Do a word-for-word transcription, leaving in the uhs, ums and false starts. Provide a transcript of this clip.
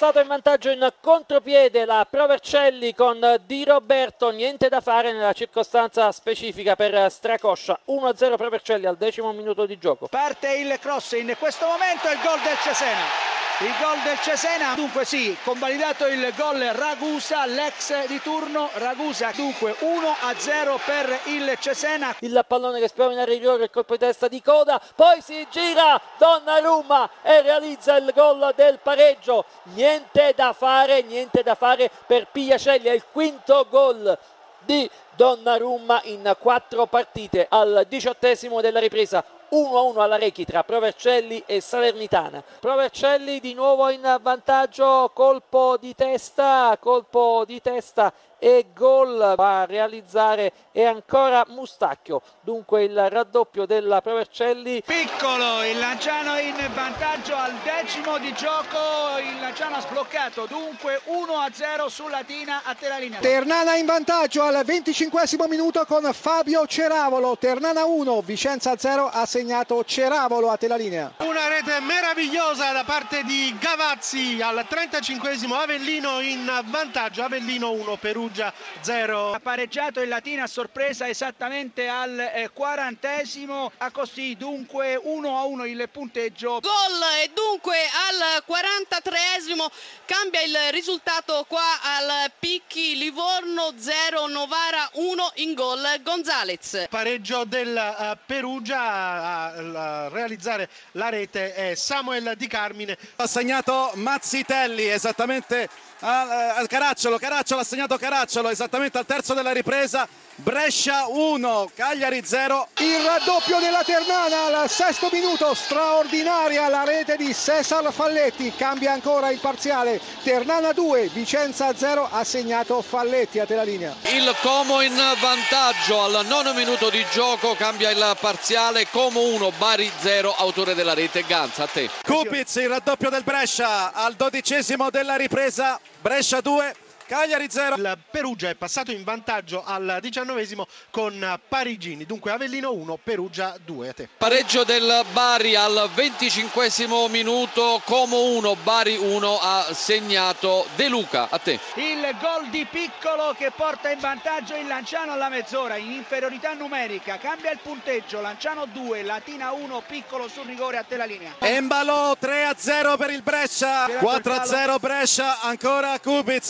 passato in vantaggio in contropiede la Provercelli con Di Roberto, niente da fare nella circostanza specifica per Stracoscia. uno a zero Provercelli al decimo minuto di gioco. Parte il cross in questo momento, il gol del Cesena. Il gol del Cesena, dunque sì, convalidato il gol Ragusa, l'ex di turno Ragusa, dunque uno a zero per il Cesena. Il pallone che spera in area di rigore, il colpo di testa di Coda, poi si gira Donnarumma e realizza il gol del pareggio. Niente da fare, niente da fare per Pigliacelli, è il quinto gol di Donnarumma in quattro partite al diciottesimo della ripresa. uno a uno alla Recchi tra Provercelli e Salernitana. Provercelli di nuovo in vantaggio, colpo di testa, colpo di testa e gol a realizzare è ancora Mustacchio. Dunque il raddoppio della Provercelli. Piccolo, il Lanciano in vantaggio al decimo di gioco, il Lanciano ha sbloccato, dunque uno a zero su Latina a te la linea. Ternana in vantaggio al venticinquesimo minuto con Fabio Ceravolo. Ternana uno, Vicenza zero, ha segnato Ceravolo a te la linea. Una rete meravigliosa da parte di Gavazzi al trentacinquesimo, Avellino in vantaggio, Avellino uno, Perugia zero. Ha pareggiato il Latina a sorpresa esattamente al eh, quarantesimo, a così dunque uno a uno il punteggio. Gol e dunque al quarantatreesimo cambia il risultato qua al Picchi, Livorno zero, Novara uno, in gol Gonzalez. Pareggio del uh, Perugia, a, a realizzare la rete è Samuel Di Carmine. Ha segnato Mazzitelli esattamente al, al Caracciolo, Caracciolo ha segnato Caracciolo esattamente al terzo della ripresa. Brescia uno, Cagliari zero. Il raddoppio della Ternana al sesto minuto, straordinaria la rete di Cesar Falletti, cambia ancora il parziale. Ternana due, Vicenza zero, ha segnato Falletti a te la linea. Il Como in vantaggio al nono minuto di gioco, cambia il parziale, Como uno, Bari zero, autore della rete Ganza, a te. Kupic, il raddoppio del Brescia al dodicesimo della ripresa, Brescia due, Cagliari zero. Il Perugia è passato in vantaggio al diciannovesimo con Parigini, dunque Avellino uno, Perugia due, a te. Pareggio del Bari al venticinquesimo minuto, Como uno, Bari uno, ha segnato De Luca, a te. Il gol di Piccolo che porta in vantaggio il Lanciano alla mezz'ora in inferiorità numerica, cambia il punteggio, Lanciano due, Latina uno, Piccolo sul rigore, a te la linea. Embalo tre a zero per il Brescia, quattro a zero Brescia, ancora Kupic.